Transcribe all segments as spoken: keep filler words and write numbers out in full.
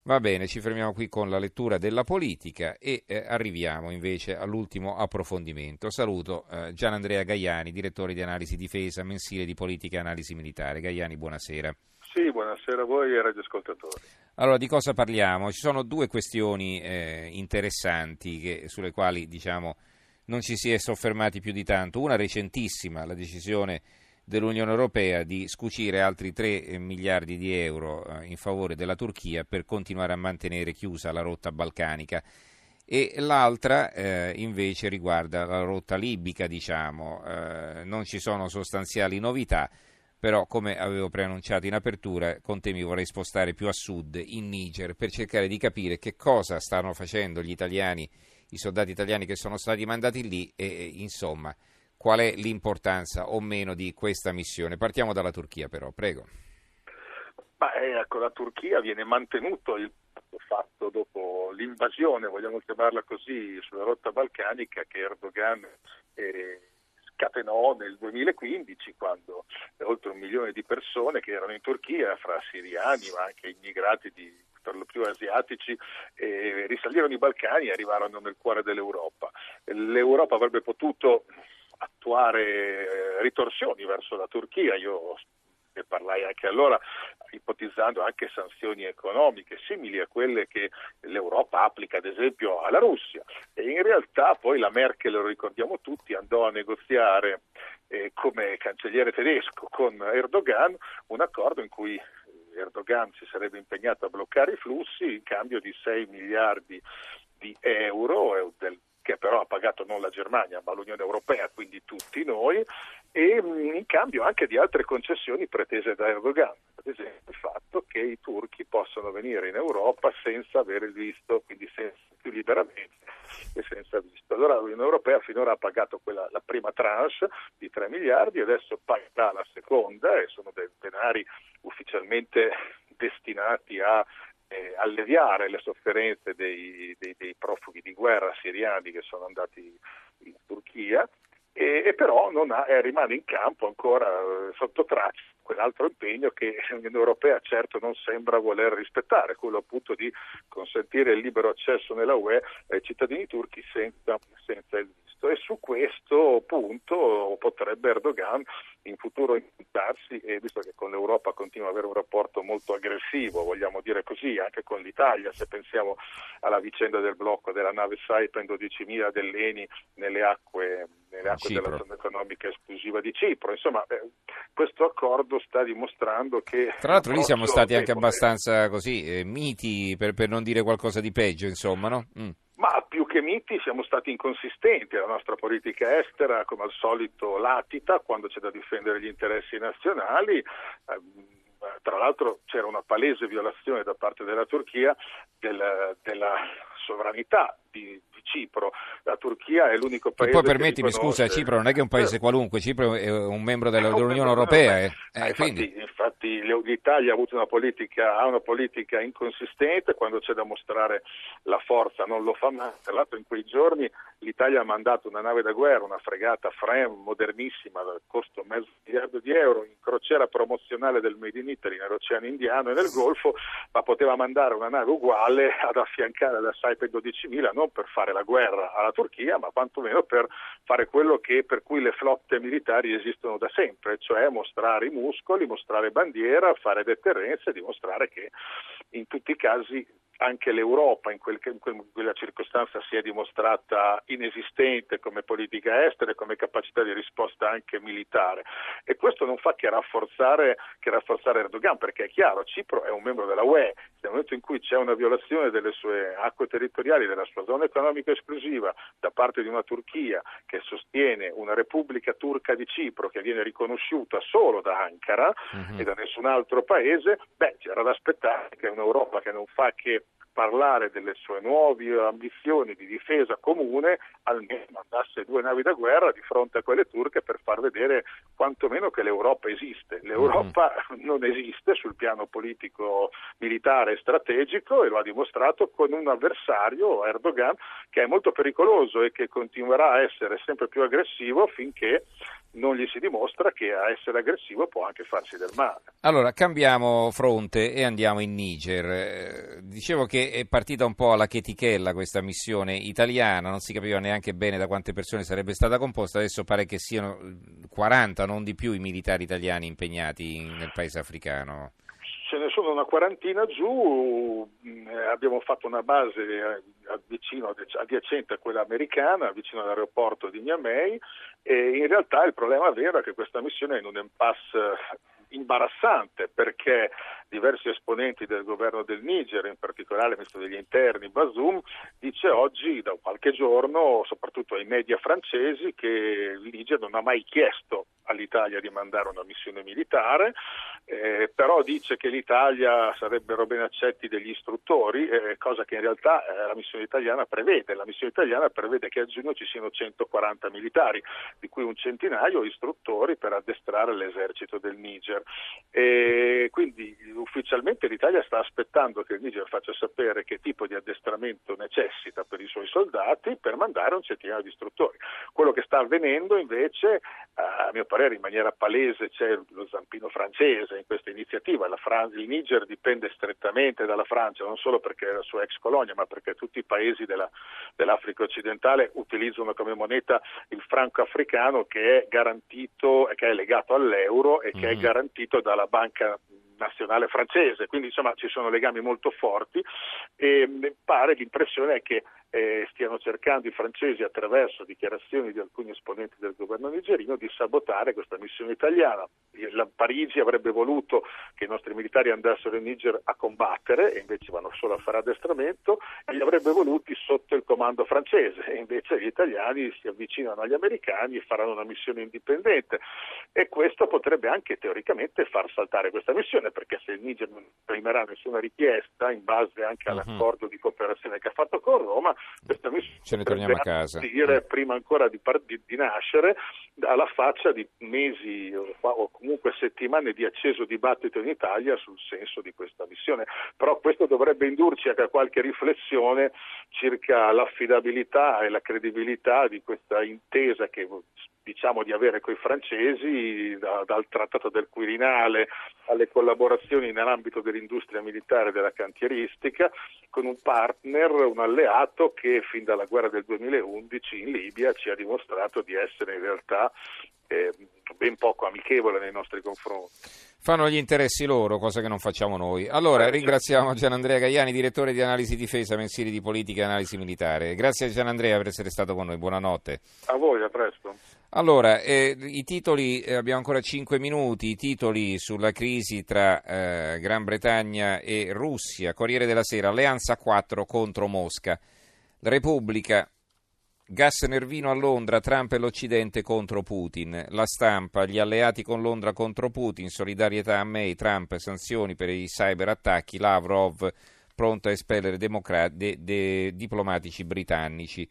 Va bene, ci fermiamo qui con la lettura della politica e eh, arriviamo invece all'ultimo approfondimento. Saluto eh, Gianandrea Gaiani, direttore di analisi difesa, mensile di politica e analisi militare. Gaiani, buonasera. Sì, buonasera a voi e radioascoltatori. Allora, di cosa parliamo? Ci sono due questioni eh, interessanti che, sulle quali diciamo non ci si è soffermati più di tanto. Una recentissima, la decisione dell'Unione Europea di scucire altri tre miliardi di euro eh, in favore della Turchia per continuare a mantenere chiusa la rotta balcanica, e l'altra eh, invece riguarda la rotta libica, diciamo. Eh, non ci sono sostanziali novità, però come avevo preannunciato in apertura, con te mi vorrei spostare più a sud, in Niger, per cercare di capire che cosa stanno facendo gli italiani, i soldati italiani che sono stati mandati lì e insomma qual è l'importanza o meno di questa missione. Partiamo dalla Turchia però, prego. Ma ecco, la Turchia viene mantenuto il fatto dopo l'invasione, vogliamo chiamarla così, sulla rotta balcanica che Erdogan eh, scatenò nel duemilaquindici, quando oltre un milione di persone che erano in Turchia, fra siriani ma anche immigrati di per lo più asiatici, eh, risalirono i Balcani e arrivarono nel cuore dell'Europa. L'Europa avrebbe potuto attuare eh, ritorsioni verso la Turchia. Io ne parlai anche allora, ipotizzando anche sanzioni economiche simili a quelle che l'Europa applica ad esempio alla Russia, e in realtà poi la Merkel, lo ricordiamo tutti, andò a negoziare eh, come cancelliere tedesco con Erdogan un accordo in cui Erdogan si sarebbe impegnato a bloccare i flussi in cambio di sei miliardi di euro, del che però ha pagato non la Germania ma l'Unione Europea, quindi tutti noi, e in cambio anche di altre concessioni pretese da Erdogan, ad esempio il fatto che i turchi possono venire in Europa senza avere il visto, quindi senza, più liberamente e senza visto. Allora l'Unione Europea finora ha pagato quella, la prima tranche di tre miliardi, adesso pagherà la seconda, e sono dei denari ufficialmente destinati a Eh, alleviare le sofferenze dei, dei, dei profughi di guerra siriani che sono andati in Turchia, e, e però non ha, eh, rimane in campo ancora eh, sotto traccia quell'altro impegno che l'Unione Europea certo non sembra voler rispettare, quello appunto di consentire il libero accesso nella U E ai cittadini turchi senza, senza il visto. E su questo punto potrebbe Erdogan in futuro impuntarsi, e visto che con l'Europa continua ad avere un rapporto molto aggressivo, vogliamo dire così, anche con l'Italia, se pensiamo alla vicenda del blocco della nave Saipem dodicimila dell'Eni nelle acque, nelle acque della zona economica esclusiva di Cipro. Insomma, eh, questo accordo sta dimostrando che... Tra l'altro lì siamo stati anche abbastanza così, eh, miti, per, per non dire qualcosa di peggio, insomma, no? Mm. Ma più che miti siamo stati inconsistenti, la nostra politica estera come al solito latita quando c'è da difendere gli interessi nazionali. Eh, tra l'altro c'era una palese violazione da parte della Turchia del, della sovranità di, di Cipro. La Turchia è l'unico paese e poi permettimi, che riconosce... scusa, Cipro non è che è un paese qualunque, Cipro è un membro della, dell'Unione Europea. Eh. Eh, infatti, quindi... infatti l'Italia ha avuto una politica, ha una politica inconsistente, quando c'è da mostrare la forza non lo fa mai. Tra l'altro in quei giorni l'Italia ha mandato una nave da guerra, una fregata Frem modernissima dal costo mezzo miliardo di euro, in crociera promozionale del Made in Italy nell'Oceano Indiano e nel Golfo, ma poteva mandare una nave uguale ad affiancare la Saipem dodicimila, non per fare la guerra alla Turchia, ma quantomeno per fare quello che per cui le flotte militari esistono da sempre, cioè mostrare i muscoli, mostrare bandiera, fare deterrenza e dimostrare che in tutti i casi anche l'Europa in, quel, in quella circostanza si è dimostrata inesistente come politica estera e come capacità di risposta anche militare, e questo non fa che rafforzare, che rafforzare Erdogan, perché è chiaro, Cipro è un membro della U E, nel momento in cui c'è una violazione delle sue acque territoriali, della sua zona economica esclusiva da parte di una Turchia che sostiene una Repubblica Turca di Cipro che viene riconosciuta solo da Ankara uh-huh. e da nessun altro paese, beh, c'era da aspettare che un'Europa che non fa che parlare delle sue nuove ambizioni di difesa comune, almeno mandasse due navi da guerra di fronte a quelle turche per far vedere quantomeno che l'Europa esiste. L'Europa mm. non esiste sul piano politico, militare e strategico, e lo ha dimostrato con un avversario, Erdogan, che è molto pericoloso e che continuerà a essere sempre più aggressivo finché non gli si dimostra che a essere aggressivo può anche farsi del male. Allora, cambiamo fronte e andiamo in Niger. Eh, dicevo che è partita un po' alla chetichella questa missione italiana, non si capiva neanche bene da quante persone sarebbe stata composta, adesso pare che siano quaranta, non di più, i militari italiani impegnati in, nel paese africano. Ce ne sono una quarantina giù, eh, abbiamo fatto una base eh, vicino, adiacente a quella americana, vicino all'aeroporto di Niamey, e in realtà il problema vero è che questa missione è in un impasse imbarazzante, perché diversi esponenti del governo del Niger, in particolare il ministro degli interni Bazoum, dice oggi, da qualche giorno, soprattutto ai media francesi, che il Niger non ha mai chiesto all'Italia di mandare una missione militare, eh, però dice che l'Italia sarebbero ben accetti degli istruttori, eh, cosa che in realtà eh, la missione italiana prevede. La missione italiana prevede che a giugno ci siano centoquaranta militari, di cui un centinaio istruttori per addestrare l'esercito del Niger. E quindi ufficialmente l'Italia sta aspettando che il Niger faccia sapere che tipo di addestramento necessita per i suoi soldati per mandare un centinaio di istruttori. Quello che sta avvenendo invece, a mio parere in maniera palese, c'è lo zampino francese in questa iniziativa. La Fran- il Niger dipende strettamente dalla Francia, non solo perché è la sua ex colonia, ma perché tutti i paesi della, dell'Africa occidentale utilizzano come moneta il franco africano, che è garantito, che è legato all'euro e che mm-hmm. è garantito dalla banca nazionale francese, quindi insomma ci sono legami molto forti, e pare, l'impressione è che eh, stiano cercando i francesi, attraverso dichiarazioni di alcuni esponenti del governo nigerino, di sabotare questa missione italiana. La Parigi avrebbe voluto che i nostri militari andassero in Niger a combattere, e invece vanno solo a fare addestramento, e li avrebbe voluti sotto il comando francese, e invece gli italiani si avvicinano agli americani e faranno una missione indipendente, e questo potrebbe anche teoricamente far saltare questa missione, perché se il Niger non esprimerà nessuna richiesta in base anche all'accordo uh-huh. di cooperazione che ha fatto con Roma, questa missione ce ne torniamo a casa dire, prima ancora di, di, di nascere, alla faccia di mesi o, o comunque settimane di acceso dibattito in Italia sul senso di questa missione. Però questo dovrebbe indurci anche a qualche riflessione circa l'affidabilità e la credibilità di questa intesa che diciamo di avere coi francesi, da, dal Trattato del Quirinale alle collaborazioni nell'ambito dell'industria militare e della cantieristica, con un partner, un alleato che fin dalla guerra del duemilaundici in Libia ci ha dimostrato di essere in realtà eh, ben poco amichevole nei nostri confronti. Fanno gli interessi loro, cosa che non facciamo noi. Allora, ringraziamo Gianandrea Gaiani, direttore di Analisi Difesa, mensili di politica e analisi militare. Grazie a Gianandrea per essere stato con noi, buonanotte. A voi, a presto. Allora, eh, i titoli, eh, abbiamo ancora cinque minuti, i titoli sulla crisi tra eh, Gran Bretagna e Russia. Corriere della Sera, alleanza quattro contro Mosca. Repubblica, gas nervino a Londra, Trump e l'Occidente contro Putin. La Stampa, gli alleati con Londra contro Putin, solidarietà a May, Trump, sanzioni per i cyberattacchi, Lavrov pronto a espellere democra- de- de- diplomatici britannici.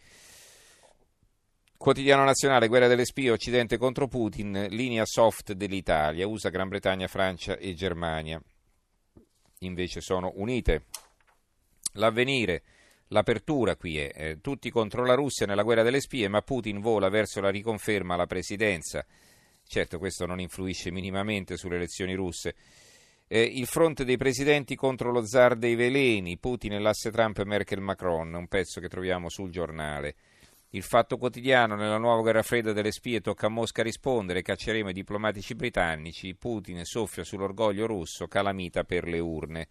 Quotidiano Nazionale, guerra delle spie, Occidente contro Putin, linea soft dell'Italia, U S A, Gran Bretagna, Francia e Germania invece sono unite. L'Avvenire, l'apertura qui è, eh, tutti contro la Russia nella guerra delle spie, ma Putin vola verso la riconferma alla presidenza. Certo, questo non influisce minimamente sulle elezioni russe. Eh, il fronte dei presidenti contro lo zar dei veleni, Putin e l'asse Trump, Merkel, Macron, un pezzo che troviamo sul Giornale. Il Fatto Quotidiano, nella nuova guerra fredda delle spie tocca a Mosca rispondere, cacceremo i diplomatici britannici, Putin soffia sull'orgoglio russo, calamita per le urne.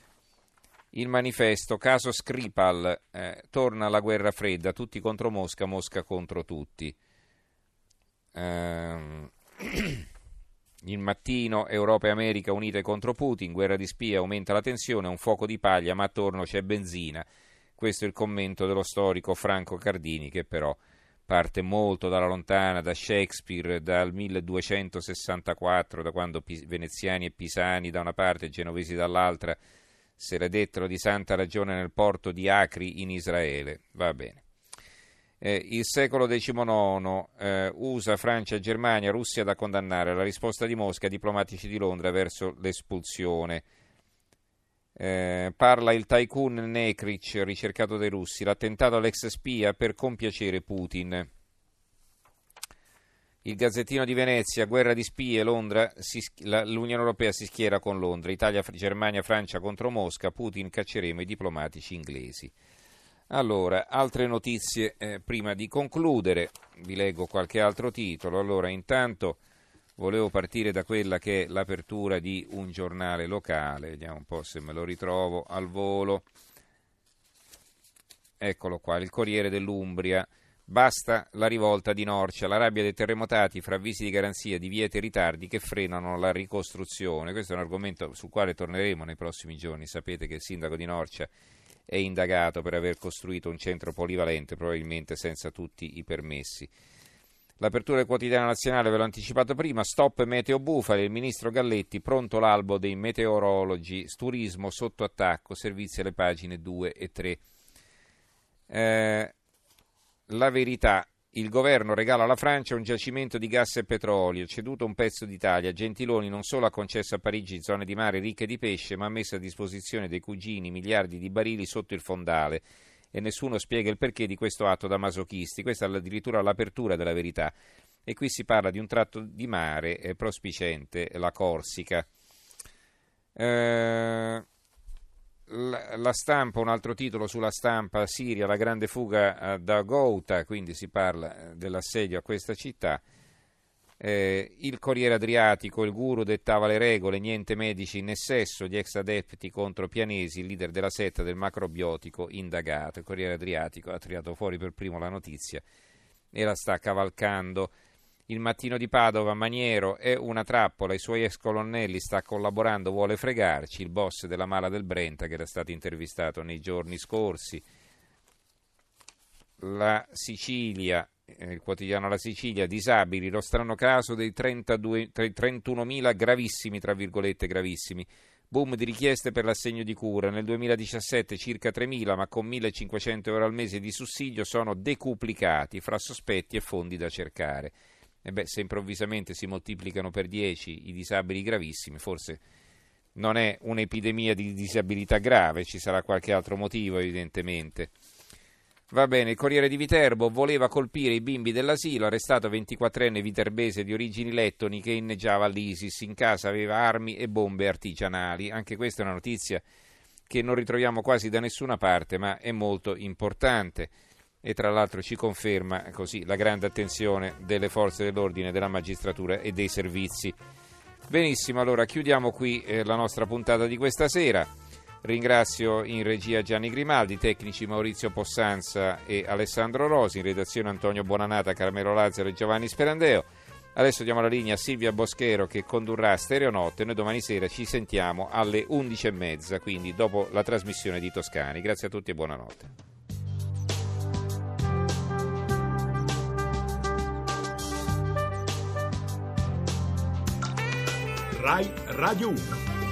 Il Manifesto, caso Skripal, eh, torna la guerra fredda, tutti contro Mosca, Mosca contro tutti. Ehm... Il Mattino, Europa e America unite contro Putin, guerra di spie, aumenta la tensione, un fuoco di paglia, ma attorno c'è benzina. Questo è il commento dello storico Franco Cardini, che però parte molto dalla lontana, da Shakespeare, dal milleduecentosessantaquattro, da quando veneziani e pisani da una parte e genovesi dall'altra se l'è detto di santa ragione nel porto di Acri in Israele. Va bene. Eh, il secolo diciannove, eh, U S A, Francia, Germania, Russia da condannare. La risposta di Mosca, diplomatici di Londra verso l'espulsione. Eh, parla il tycoon Nekrich, ricercato dai russi. L'attentato all'ex spia per compiacere Putin. Il Gazzettino di Venezia, guerra di spie, Londra, si, la, l'Unione Europea si schiera con Londra. Italia, Germania, Francia contro Mosca. Putin, cacceremo i diplomatici inglesi. Allora, altre notizie eh, prima di concludere, vi leggo qualche altro titolo. Allora, intanto volevo partire da quella che è l'apertura di un giornale locale, vediamo un po' se me lo ritrovo al volo. Eccolo qua, il Corriere dell'Umbria. Basta la rivolta di Norcia, la rabbia dei terremotati fra avvisi di garanzia, divieti e ritardi che frenano la ricostruzione. Questo è un argomento sul quale torneremo nei prossimi giorni. Sapete che il sindaco di Norcia è indagato per aver costruito un centro polivalente, probabilmente senza tutti i permessi. L'apertura del quotidiano nazionale ve l'ho anticipato prima, stop meteo bufale, il ministro Galletti, pronto l'albo dei meteorologi, turismo sotto attacco, servizi alle pagine due e tre. Eh, la verità, il governo regala alla Francia un giacimento di gas e petrolio, ceduto un pezzo d'Italia. Gentiloni non solo ha concesso a Parigi zone di mare ricche di pesce, ma ha messo a disposizione dei cugini miliardi di barili sotto il fondale e nessuno spiega il perché di questo atto da masochisti. Questa è addirittura l'apertura della verità. E qui si parla di un tratto di mare eh, prospiciente, la Corsica. Eh... La Stampa, un altro titolo sulla Stampa, Siria, la grande fuga da Ghouta, quindi si parla dell'assedio a questa città. Eh, il Corriere Adriatico, il guru dettava le regole, niente medici né sesso, gli ex adepti contro Pianesi, il leader della setta del macrobiotico indagato. Il Corriere Adriatico ha tirato fuori per primo la notizia e la sta cavalcando. Il Mattino di Padova, Maniero, è una trappola, i suoi ex colonnelli, sta collaborando, vuole fregarci, il boss della Mala del Brenta che era stato intervistato nei giorni scorsi. La Sicilia, eh, il quotidiano La Sicilia, disabili, lo strano caso dei trentadue, trentunomila gravissimi, tra virgolette gravissimi. Boom di richieste per l'assegno di cura, nel duemiladiciassette circa tremila, ma con millecinquecento euro al mese di sussidio sono decuplicati fra sospetti e fondi da cercare. E beh, se improvvisamente si moltiplicano per dieci i disabili gravissimi, forse non è un'epidemia di disabilità grave, ci sarà qualche altro motivo evidentemente. Va bene, il Corriere di Viterbo, voleva colpire i bimbi dell'asilo, arrestato ventiquattrenne viterbese di origini lettoni che inneggiava all'ISIS, in casa aveva armi e bombe artigianali. Anche questa è una notizia che non ritroviamo quasi da nessuna parte, ma è molto importante. E tra l'altro ci conferma così la grande attenzione delle forze dell'ordine, della magistratura e dei servizi. Benissimo, allora chiudiamo qui eh, la nostra puntata di questa sera. Ringrazio in regia Gianni Grimaldi, tecnici Maurizio Possanza e Alessandro Rosi, in redazione Antonio Buonanata, Carmelo Lazzaro e Giovanni Sperandeo. Adesso diamo la linea a Silvia Boschero che condurrà Stereonotte. Noi domani sera ci sentiamo alle undici e mezza, quindi dopo la trasmissione di Toscani. Grazie a tutti e buonanotte. Rai Radio uno.